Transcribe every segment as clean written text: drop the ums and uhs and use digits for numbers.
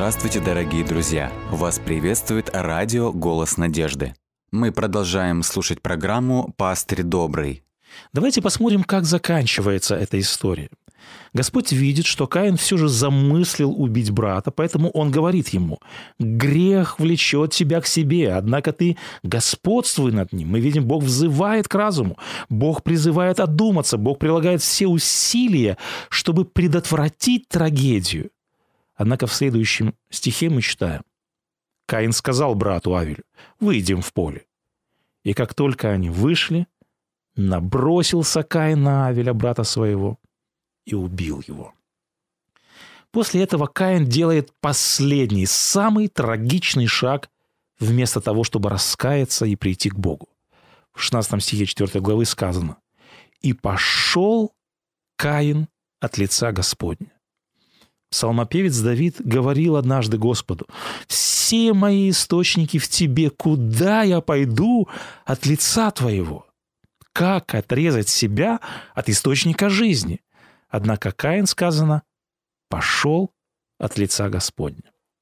Здравствуйте, дорогие друзья! Вас приветствует радио «Голос надежды». Мы продолжаем слушать программу «Пастырь добрый». Давайте посмотрим, как заканчивается эта история. Господь видит, что Каин все же замыслил убить брата, поэтому он говорит ему: «Грех влечет тебя к себе, однако ты господствуй над ним». Мы видим, Бог взывает к разуму, Бог призывает одуматься, Бог прилагает все усилия, чтобы предотвратить трагедию. Однако в следующем стихе мы читаем: «Каин сказал брату Авелю: выйдем в поле. И как только они вышли, набросился Каин на Авеля, брата своего, и убил его». После этого Каин делает последний, самый трагичный шаг вместо того, чтобы раскаяться и прийти к Богу. В 16 стихе 4 главы сказано: «И пошел Каин от лица Господня». Псалмопевец Давид говорил однажды Господу: «Все мои источники в Тебе, куда я пойду от лица Твоего?» Как отрезать себя от источника жизни? Однако Каин, сказано, пошел от лица Господня.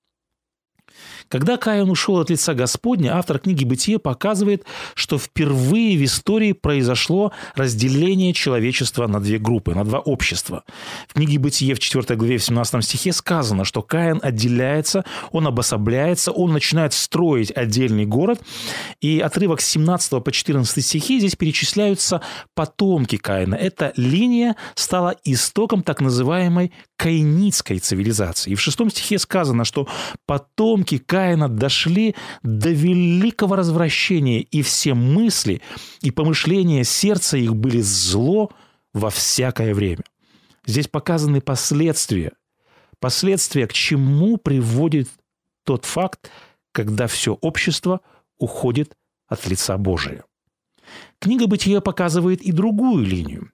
Когда Каин ушел от лица Господня, автор книги «Бытие» показывает, что впервые в истории произошло разделение человечества на две группы, на два общества. В книге «Бытие» в 4 главе в 17 стихе сказано, что Каин отделяется, он обособляется, он начинает строить отдельный город. И отрывок с 17 по 14 стихи здесь перечисляются потомки Каина. Эта линия стала истоком так называемой каинитской цивилизации. И в 6 стихе сказано, что потомки Каина дошли до великого развращения, и все мысли и помышления сердца их были зло во всякое время. Здесь показаны последствия. Последствия, к чему приводит тот факт, когда все общество уходит от лица Божия. Книга «Бытие» показывает и другую линию.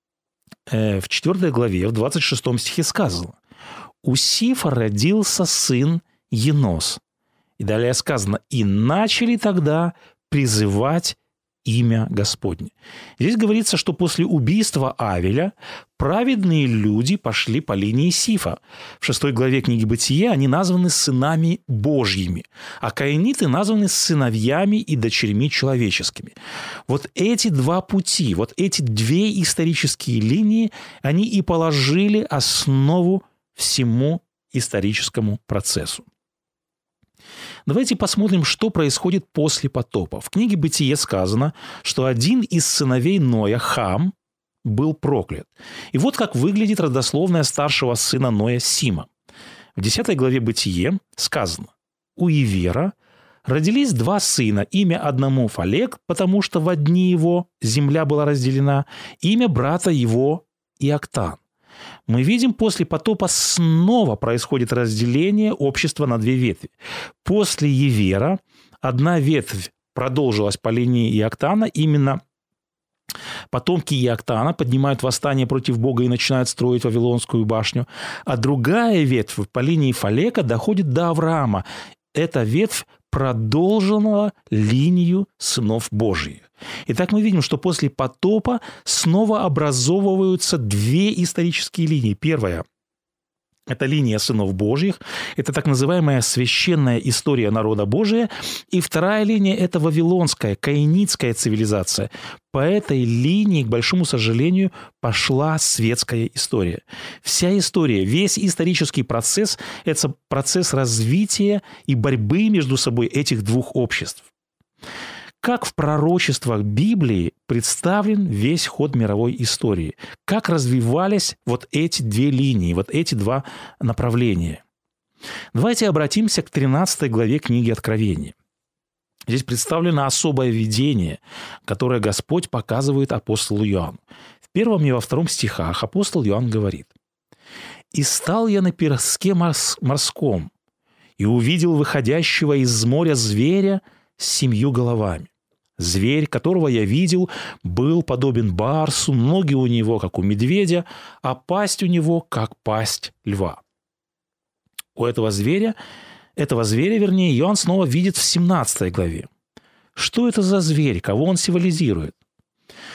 В 4 главе, в 26 стихе сказано: «У Сифа родился сын Енос». И далее сказано: «И начали тогда призывать имя Господне». Здесь говорится, что после убийства Авеля праведные люди пошли по линии Сифа. В 6 главе книги «Бытие» они названы сынами Божьими, а каиниты названы сыновьями и дочерьми человеческими. Вот эти два пути, вот эти две исторические линии, они и положили основу всему историческому процессу. Давайте посмотрим, что происходит после потопа. В книге «Бытие» сказано, что один из сыновей Ноя, Хам, был проклят. И вот как выглядит родословная старшего сына Ноя Сима. В 10 главе «Бытие» сказано: «У Ивера родились два сына, имя одному Фалек, потому что во дни его земля была разделена, имя брата его Иоктан». Мы видим, после потопа снова происходит разделение общества на две ветви. После Евера одна ветвь продолжилась по линии Иоктана, именно потомки Иоктана поднимают восстание против Бога и начинают строить Вавилонскую башню, а другая ветвь по линии Фалека доходит до Авраама. Эта ветвь продолжила линию сынов Божьих. Итак, мы видим, что после потопа снова образовываются две исторические линии. Первая – это линия сынов Божьих, это так называемая священная история народа Божия. И вторая линия – это вавилонская, каинитская цивилизация. По этой линии, к большому сожалению, пошла светская история. Вся история, весь исторический процесс – это процесс развития и борьбы между собой этих двух обществ. Как в пророчествах Библии представлен весь ход мировой истории? Как развивались вот эти две линии, вот эти два направления? Давайте обратимся к 13 главе книги Откровения. Здесь представлено особое видение, которое Господь показывает апостолу Иоанну. В 1 и во 2 стихах апостол Иоанн говорит: «И стал я на песке морском, и увидел выходящего из моря зверя с 7 головами. Зверь, которого я видел, был подобен барсу, ноги у него, как у медведя, а пасть у него, как пасть льва». У этого зверя, Иоанн снова видит в 17 главе. Что это за зверь? Кого он символизирует?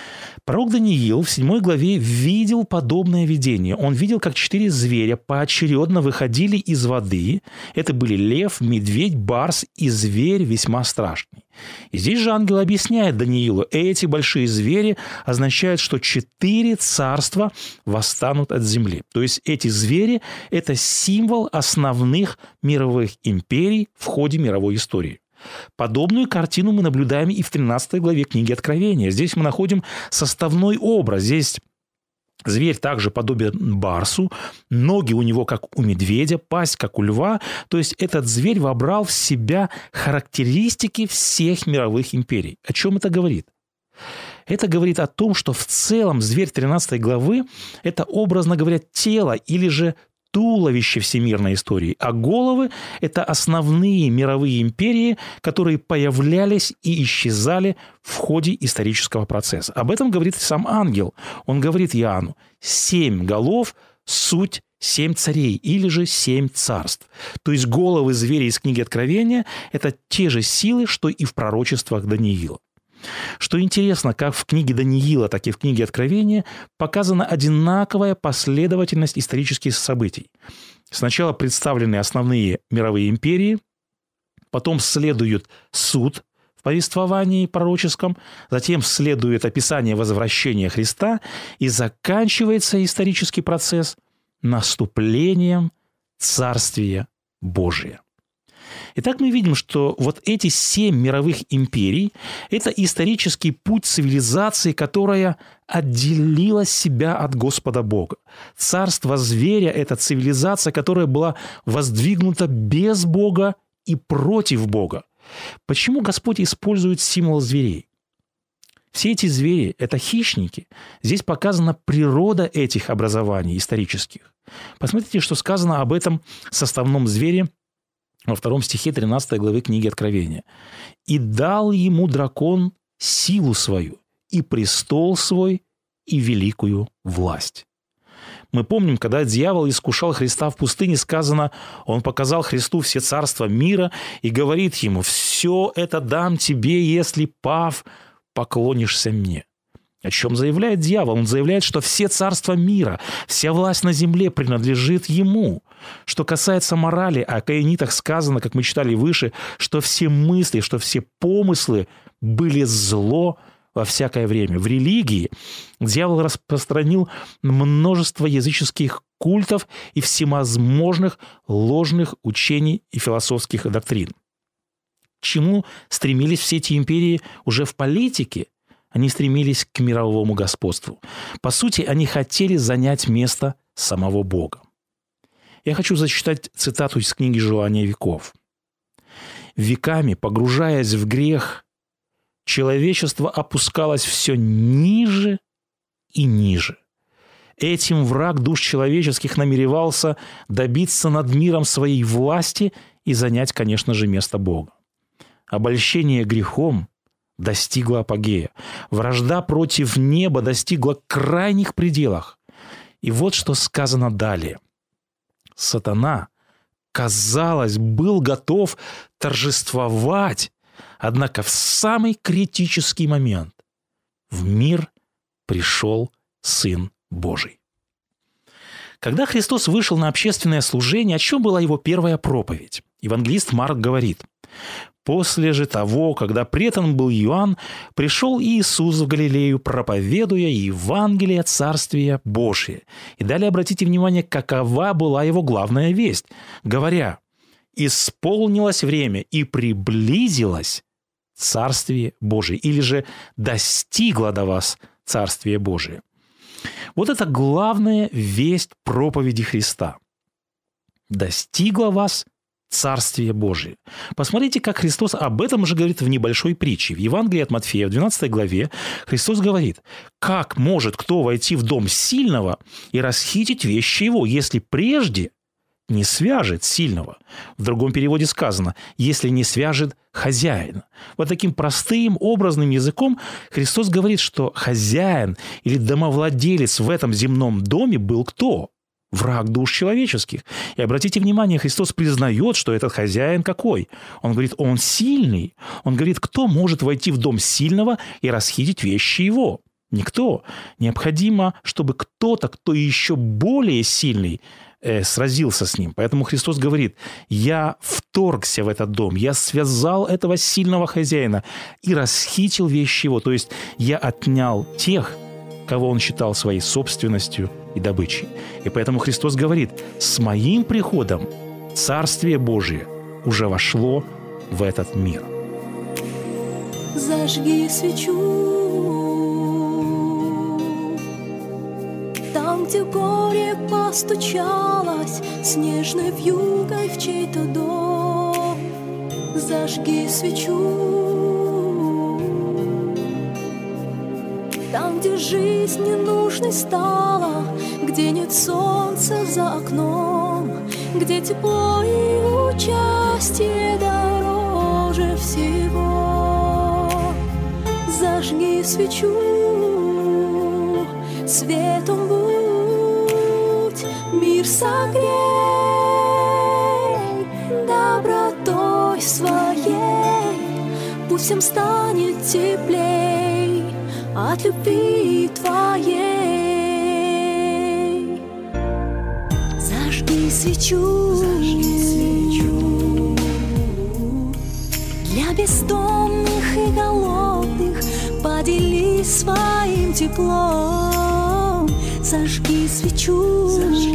Пророк Даниил в 7 главе видел подобное видение. Он видел, как 4 зверя поочередно выходили из воды. Это были лев, медведь, барс и зверь весьма страшный. И здесь же ангел объясняет Даниилу, эти большие звери означают, что 4 царства восстанут от земли. То есть эти звери – это символ основных мировых империй в ходе мировой истории. Подобную картину мы наблюдаем и в 13 главе книги Откровения. Здесь мы находим составной образ. Здесь зверь также подобен барсу, ноги у него как у медведя, пасть как у льва. То есть этот зверь вобрал в себя характеристики всех мировых империй. О чем это говорит? Это говорит о том, что в целом зверь 13 главы – это, образно говоря, тело или же туловище всемирной истории, а головы – это основные мировые империи, которые появлялись и исчезали в ходе исторического процесса. Об этом говорит сам ангел. Он говорит Иоанну: 7 голов – суть 7 царей или же 7 царств. То есть головы зверя из книги Откровения – это те же силы, что и в пророчествах Даниила. Что интересно, как в книге Даниила, так и в книге Откровения показана одинаковая последовательность исторических событий. Сначала представлены основные мировые империи, потом следует суд в повествовании пророческом, затем следует описание возвращения Христа, и заканчивается исторический процесс наступлением Царствия Божия. Итак, мы видим, что вот эти 7 мировых империй – это исторический путь цивилизации, которая отделила себя от Господа Бога. Царство зверя – это цивилизация, которая была воздвигнута без Бога и против Бога. Почему Господь использует символ зверей? Все эти звери – это хищники. Здесь показана природа этих образований исторических. Посмотрите, что сказано об этом составном звере во 2 стихе 13 главы книги Откровения. «И дал ему дракон силу свою, и престол свой, и великую власть». Мы помним, когда дьявол искушал Христа в пустыне, сказано, он показал Христу все царства мира и говорит ему: «Все это дам тебе, если, пав, поклонишься мне». О чем заявляет дьявол? Он заявляет, что все царства мира, вся власть на земле принадлежит ему. Что касается морали, о каинитах сказано, как мы читали выше, что все мысли, что все помыслы были зло во всякое время. В религии дьявол распространил множество языческих культов и всевозможных ложных учений и философских доктрин. К чему стремились все эти империи уже в политике? Они стремились к мировому господству. По сути, они хотели занять место самого Бога. Я хочу зачитать цитату из книги «Желания веков». «Веками, погружаясь в грех, человечество опускалось все ниже и ниже. Этим враг душ человеческих намеревался добиться над миром своей власти и занять, конечно же, место Бога. Обольщение грехом достигла апогея. Вражда против неба достигла крайних пределах. И вот что сказано далее. Сатана, казалось, был готов торжествовать, однако в самый критический момент в мир пришел Сын Божий. Когда Христос вышел на общественное служение, о чем была его первая проповедь? Евангелист Марк говорит: «После же того, когда предан был Иоанн, пришел Иисус в Галилею, проповедуя Евангелие Царствия Божия». И далее обратите внимание, какова была его главная весть, говоря: «Исполнилось время и приблизилось Царствие Божие», или же «достигло до вас Царствие Божие». Вот это главная весть проповеди Христа. «Достигло вас Царствие Божие». Посмотрите, как Христос об этом же говорит в небольшой притче. В Евангелии от Матфея, в 12 главе, Христос говорит: «Как может кто войти в дом сильного и расхитить вещи его, если прежде не свяжет сильного?» В другом переводе сказано: «если не свяжет хозяина». Вот таким простым, образным языком Христос говорит, что хозяин или домовладелец в этом земном доме был кто? Враг душ человеческих. И обратите внимание, Христос признает, что этот хозяин какой? Он говорит, он сильный. Он говорит, кто может войти в дом сильного и расхитить вещи его? Никто. Необходимо, чтобы кто-то, кто еще более сильный, сразился с ним. Поэтому Христос говорит: «Я вторгся в этот дом, я связал этого сильного хозяина и расхитил вещи его». То есть я отнял тех, кого он считал своей собственностью и добычей. И поэтому Христос говорит: «С моим приходом Царствие Божие уже вошло в этот мир». Зажги свечу там, где горе постучалось снежной вьюгой в чей-то дом. Зажги свечу там, где жизнь ненужной стала, где нет солнца за окном, где тепло и участие дороже всего. Зажги свечу, светом будь, мир согрей, добротой своей, пусть всем станет теплей от любви твоей. Зажги свечу, для бездомных и голодных поделись своим теплом. Зажги свечу,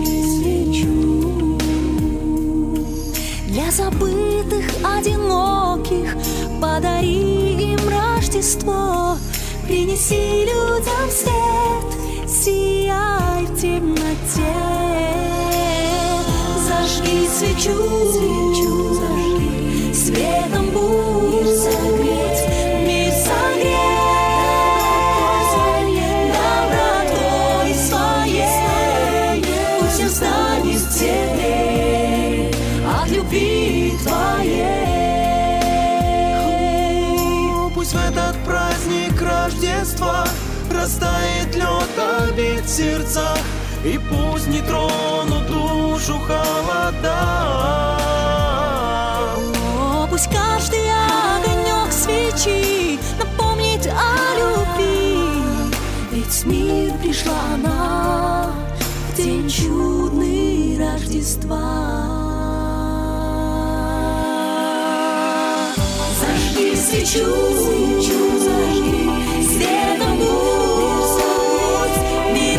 для забытых, одиноких подари им Рождество. Принеси людям свет, сияй в темноте. Зажги свечу, светом будь, мир согрей, добротой своей, пусть всем станет теплей от любви твоей. Пусть в этот праздник Рождества растает лед обид в сердцах, и пусть не тронут душу холода. Пусть каждый огонек свечи напомнит о любви, ведь в мир пришла она в день чудный Рождества. Зажги свечу, светом будь, мир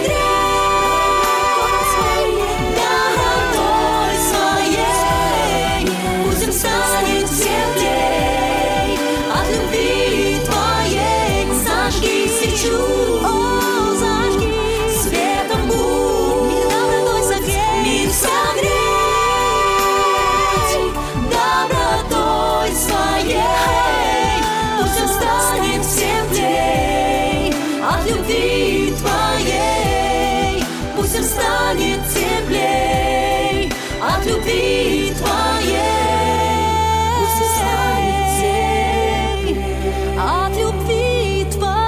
согрей, добротой своей, пусть им станет теплей от любви твоей. Зажги свечу, зажги, светом будь, добротой согрей, мир согрей, добротой своей, пусть им станет теплей от любви твоей, пусть им станет теплей от любви твоей, пусть им станет теплей от любви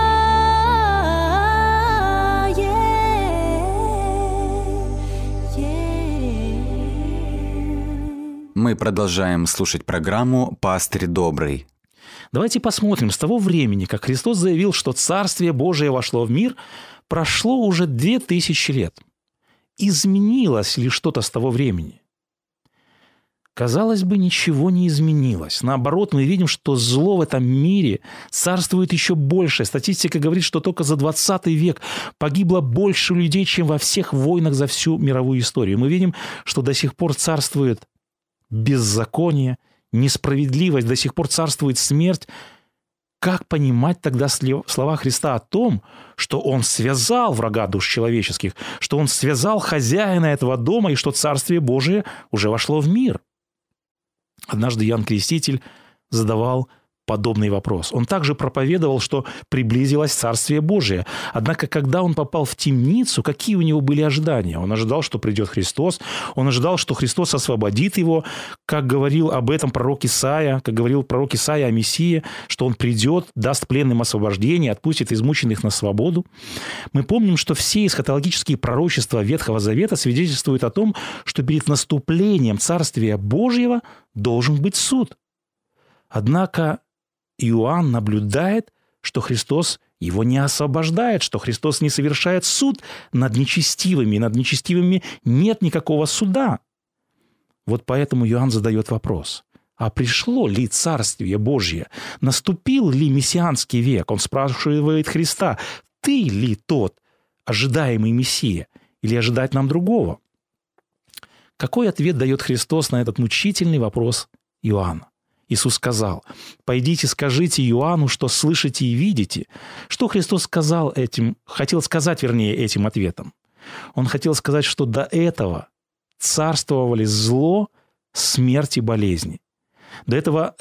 твоей. Мы продолжаем слушать программу «Пастырь добрый». Давайте посмотрим. С того времени, как Христос заявил, что Царствие Божие вошло в мир, прошло уже 2000 лет. Изменилось ли что-то с того времени? Казалось бы, ничего не изменилось. Наоборот, мы видим, что зло в этом мире царствует еще больше. Статистика говорит, что только за 20 век погибло больше людей, чем во всех войнах за всю мировую историю. Мы видим, что до сих пор царствует беззаконие, несправедливость, до сих пор царствует смерть. Как понимать тогда слова Христа о том, что Он связал врага душ человеческих, что Он связал хозяина этого дома и что Царствие Божие уже вошло в мир? Однажды Иоанн Креститель задавал подобный вопрос. Он также проповедовал, что приблизилось Царствие Божие. Однако, когда он попал в темницу, какие у него были ожидания? Он ожидал, что придет Христос, он ожидал, что Христос освободит его, как говорил об этом пророк Исаия, как говорил пророк Исаия о Мессии, что он придет, даст пленным освобождение, отпустит измученных на свободу. Мы помним, что все эсхатологические пророчества Ветхого Завета свидетельствуют о том, что перед наступлением Царствия Божьего должен быть суд. Однако Иоанн наблюдает, что Христос его не освобождает, что Христос не совершает суд над нечестивыми, и над нечестивыми нет никакого суда. Вот поэтому Иоанн задает вопрос: а пришло ли Царствие Божье? Наступил ли мессианский век? Он спрашивает Христа: ты ли тот ожидаемый Мессия? Или ожидать нам другого? Какой ответ дает Христос на этот мучительный вопрос Иоанна? Иисус сказал: «Пойдите, скажите Иоанну, что слышите и видите». Что Христос сказал этим, хотел сказать, вернее, этим ответом? Он хотел сказать, что до этого царствовали зло, смерть и болезни. До этого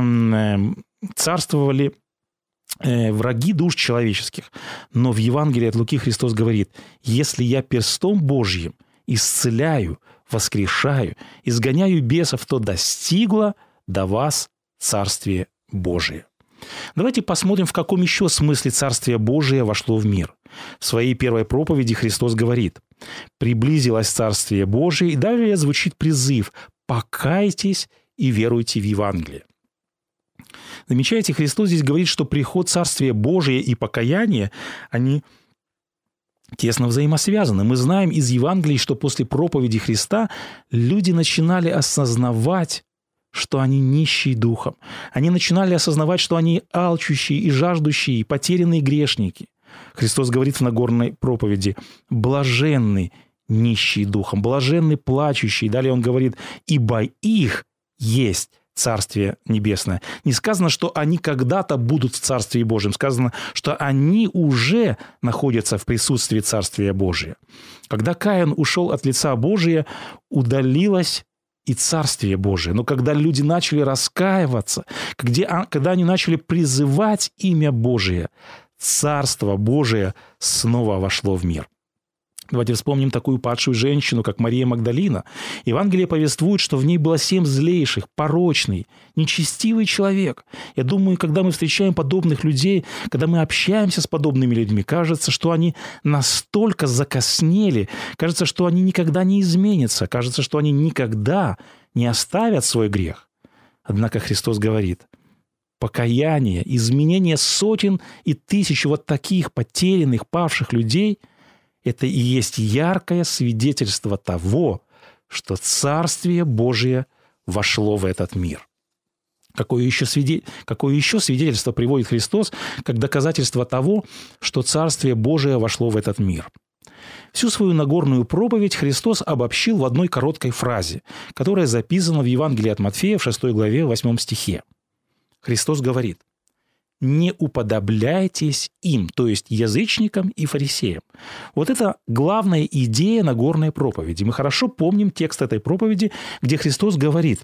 царствовали враги душ человеческих. Но в Евангелии от Луки Христос говорит: «Если я перстом Божьим исцеляю, воскрешаю, изгоняю бесов, то достигло до вас Царствие Божие». Давайте посмотрим, в каком еще смысле Царствие Божие вошло в мир. В своей первой проповеди Христос говорит: «Приблизилось Царствие Божие», и далее звучит призыв: «Покайтесь и веруйте в Евангелие». Замечаете, Христос здесь говорит, что приход Царствия Божия и покаяние, они тесно взаимосвязаны. Мы знаем из Евангелий, что после проповеди Христа люди начинали осознавать, что они нищие духом. Они начинали осознавать, что они алчущие и жаждущие, и потерянные грешники. Христос говорит в Нагорной проповеди: «Блаженны нищие духом, блаженны плачущие». Далее Он говорит: «Ибо их есть Царствие Небесное». Не сказано, что они когда-то будут в Царстве Божьем. Сказано, что они уже находятся в присутствии Царствия Божия. Когда Каин ушел от лица Божия, удалилось и Царствие Божие. Но когда люди начали раскаиваться, когда они начали призывать имя Божие, Царство Божие снова вошло в мир. Давайте вспомним такую падшую женщину, как Мария Магдалина. Евангелие повествует, что в ней было 7 злейших, порочный, нечестивый человек. Я думаю, когда мы встречаем подобных людей, когда мы общаемся с подобными людьми, кажется, что они настолько закоснели, кажется, что они никогда не изменятся, кажется, что они никогда не оставят свой грех. Однако Христос говорит: покаяние, изменение сотен и тысяч вот таких потерянных, павших людей – это и есть яркое свидетельство того, что Царствие Божие вошло в этот мир. Какое еще свидетельство приводит Христос как доказательство того, что Царствие Божие вошло в этот мир? Всю свою Нагорную проповедь Христос обобщил в одной короткой фразе, которая записана в Евангелии от Матфея в 6 главе 8 стихе. Христос говорит: «Не уподобляйтесь им», то есть язычникам и фарисеям. Вот это главная идея Нагорной проповеди. Мы хорошо помним текст этой проповеди, где Христос говорит: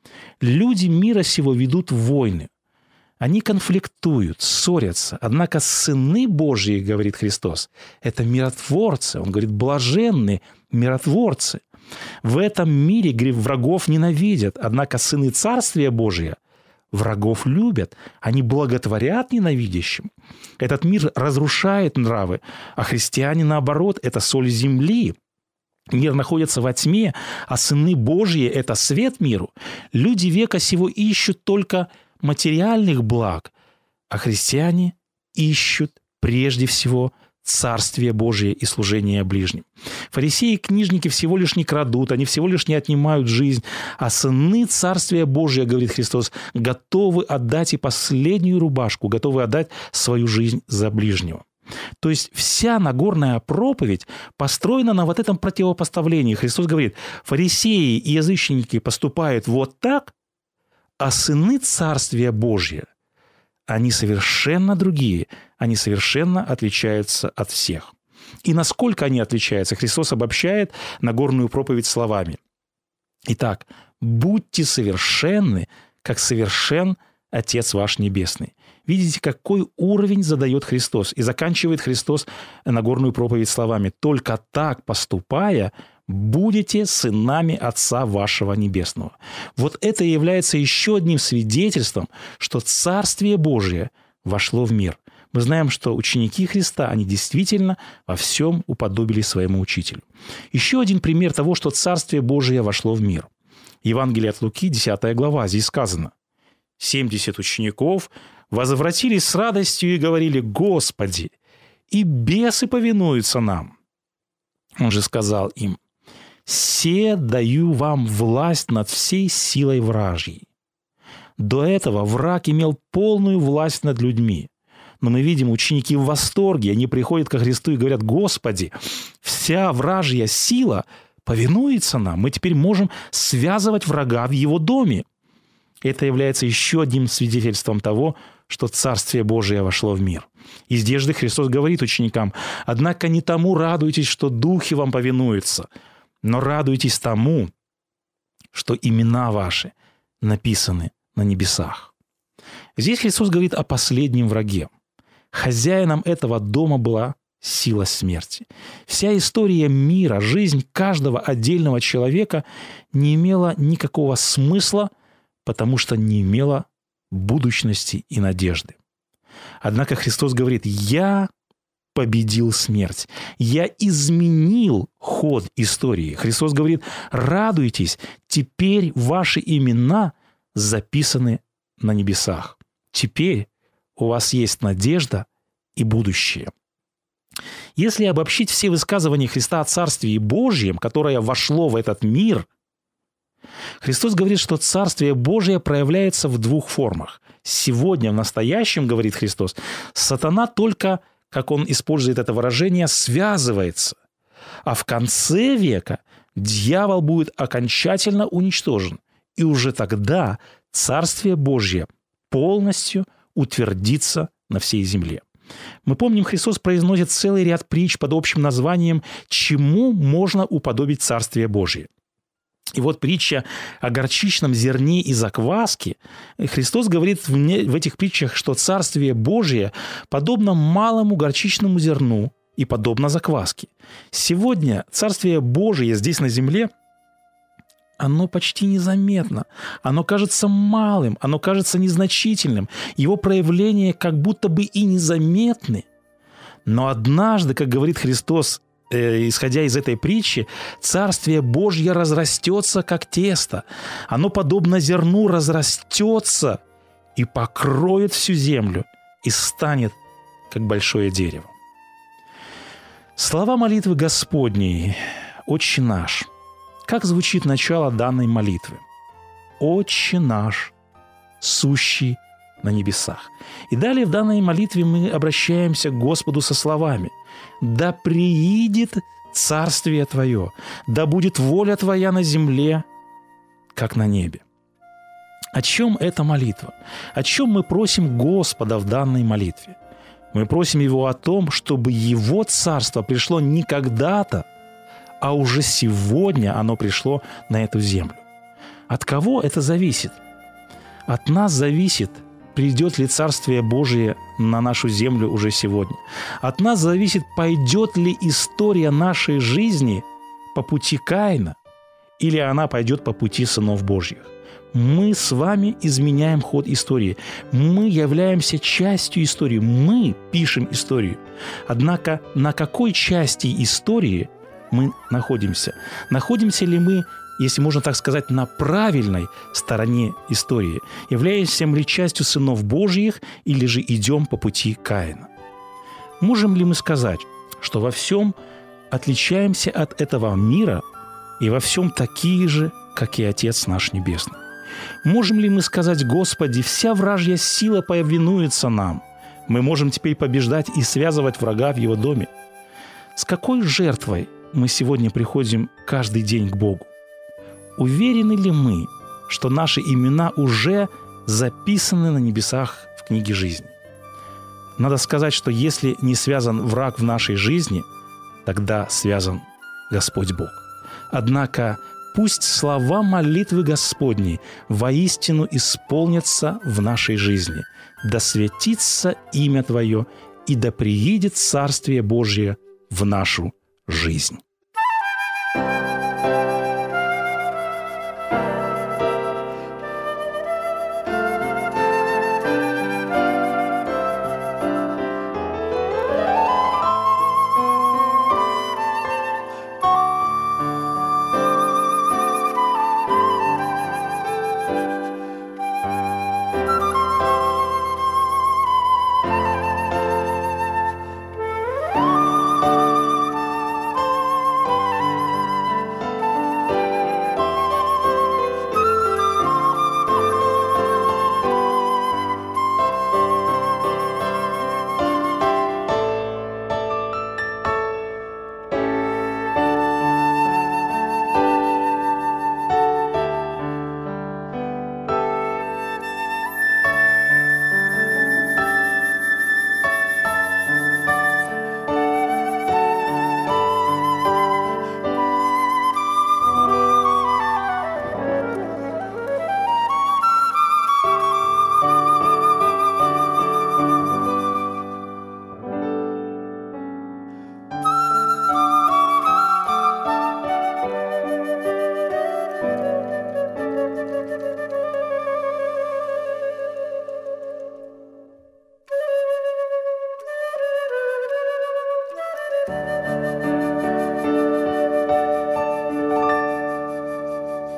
«Люди мира сего ведут войны, они конфликтуют, ссорятся, однако сыны Божьи, говорит Христос, это миротворцы». Он говорит: «Блаженны миротворцы». В этом мире врагов ненавидят, однако сыны Царствия Божия врагов любят, они благотворят ненавидящим. Этот мир разрушает нравы, а христиане, наоборот, это соль земли. Мир находится во тьме, а сыны Божьи – это свет миру. Люди века сего ищут только материальных благ, а христиане ищут прежде всего Царствие Божие и служение ближним. Фарисеи и книжники всего лишь не крадут, они всего лишь не отнимают жизнь, а сыны Царствия Божия, говорит Христос, готовы отдать и последнюю рубашку, готовы отдать свою жизнь за ближнего. То есть вся Нагорная проповедь построена на вот этом противопоставлении. Христос говорит: фарисеи и язычники поступают вот так, а сыны Царствия Божия, они совершенно другие, они совершенно отличаются от всех. И насколько они отличаются, Христос обобщает Нагорную проповедь словами: «Итак, будьте совершенны, как совершен Отец ваш Небесный». Видите, какой уровень задает Христос. И заканчивает Христос Нагорную проповедь словами: «Только так поступая, будете сынами Отца вашего Небесного». Вот это и является еще одним свидетельством, что Царствие Божие вошло в мир. Мы знаем, что ученики Христа, они действительно во всем уподобились своему учителю. Еще один пример того, что Царствие Божие вошло в мир. Евангелие от Луки, 10 глава, здесь сказано: 70 учеников возвратились с радостью и говорили: «Господи, и бесы повинуются нам». Он же сказал им: «Се даю вам власть над всей силой вражьей». До этого враг имел полную власть над людьми. Но мы видим, ученики в восторге, они приходят ко Христу и говорят: «Господи, вся вражья сила повинуется нам, мы теперь можем связывать врага в его доме». Это является еще одним свидетельством того, что Царствие Божие вошло в мир. И здесь же Христос говорит ученикам: «Однако не тому радуйтесь, что духи вам повинуются, но радуйтесь тому, что имена ваши написаны на небесах». Здесь Христос говорит о последнем враге. Хозяином этого дома была сила смерти. Вся история мира, жизнь каждого отдельного человека не имела никакого смысла, потому что не имела будущности и надежды. Однако Христос говорит: «Я победил смерть. Я изменил ход истории». Христос говорит: «Радуйтесь, теперь ваши имена записаны на небесах. Теперь у вас есть надежда и будущее». Если обобщить все высказывания Христа о Царстве Божьем, которое вошло в этот мир, Христос говорит, что Царствие Божие проявляется в двух формах. Сегодня, в настоящем, говорит Христос, сатана только, как он использует это выражение, связывается. А в конце века дьявол будет окончательно уничтожен. И уже тогда Царствие Божье полностью утвердится на всей земле. Мы помним, Христос произносит целый ряд притч под общим названием «Чему можно уподобить Царствие Божие?». И вот притча о горчичном зерне и закваске. Христос говорит в этих притчах, что Царствие Божие подобно малому горчичному зерну и подобно закваске. Сегодня Царствие Божие здесь на земле, оно почти незаметно, оно кажется малым, оно кажется незначительным, его проявления как будто бы и незаметны. Но однажды, как говорит Христос, исходя из этой притчи, Царствие Божье разрастется, как тесто. Оно, подобно зерну, разрастется и покроет всю землю, и станет, как большое дерево. Слова молитвы Господней: «Отче наш». Как звучит начало данной молитвы? «Отче наш, сущий на небесах». И далее в данной молитве мы обращаемся к Господу со словами: «Да приидет Царствие Твое, да будет воля Твоя на земле, как на небе». О чем эта молитва? О чем мы просим Господа в данной молитве? Мы просим Его о том, чтобы Его Царство пришло не когда-то, а уже сегодня оно пришло на эту землю. От кого это зависит? От нас зависит, придет ли Царствие Божие на нашу землю уже сегодня. От нас зависит, пойдет ли история нашей жизни по пути Каина, или она пойдет по пути сынов Божьих. Мы с вами изменяем ход истории. Мы являемся частью истории. Мы пишем историю. Однако на какой части истории мы находимся? Находимся ли мы, если можно так сказать, на правильной стороне истории? Являемся ли частью сынов Божьих или же идем по пути Каина? Можем ли мы сказать, что во всем отличаемся от этого мира и во всем такие же, как и Отец наш Небесный? Можем ли мы сказать: «Господи, вся вражья сила повинуется нам»? Мы можем теперь побеждать и связывать врага в его доме. С какой жертвой мы сегодня приходим каждый день к Богу? Уверены ли мы, что наши имена уже записаны на небесах в книге жизни? Надо сказать, что если не связан враг в нашей жизни, тогда связан Господь Бог. Однако пусть слова молитвы Господней воистину исполнятся в нашей жизни. Да светится имя Твое, и да приидет Царствие Божие в нашу жизнь.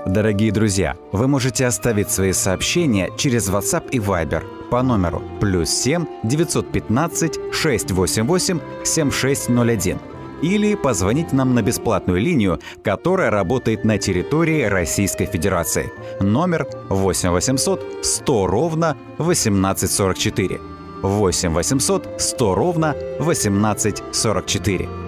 Дорогие друзья, вы можете оставить свои сообщения через WhatsApp и Viber по номеру +7 915 688 7601 или позвонить нам на бесплатную линию, которая работает на территории Российской Федерации. Номер 8 800 100 ровно 1844. 8 800 100 ровно 1844.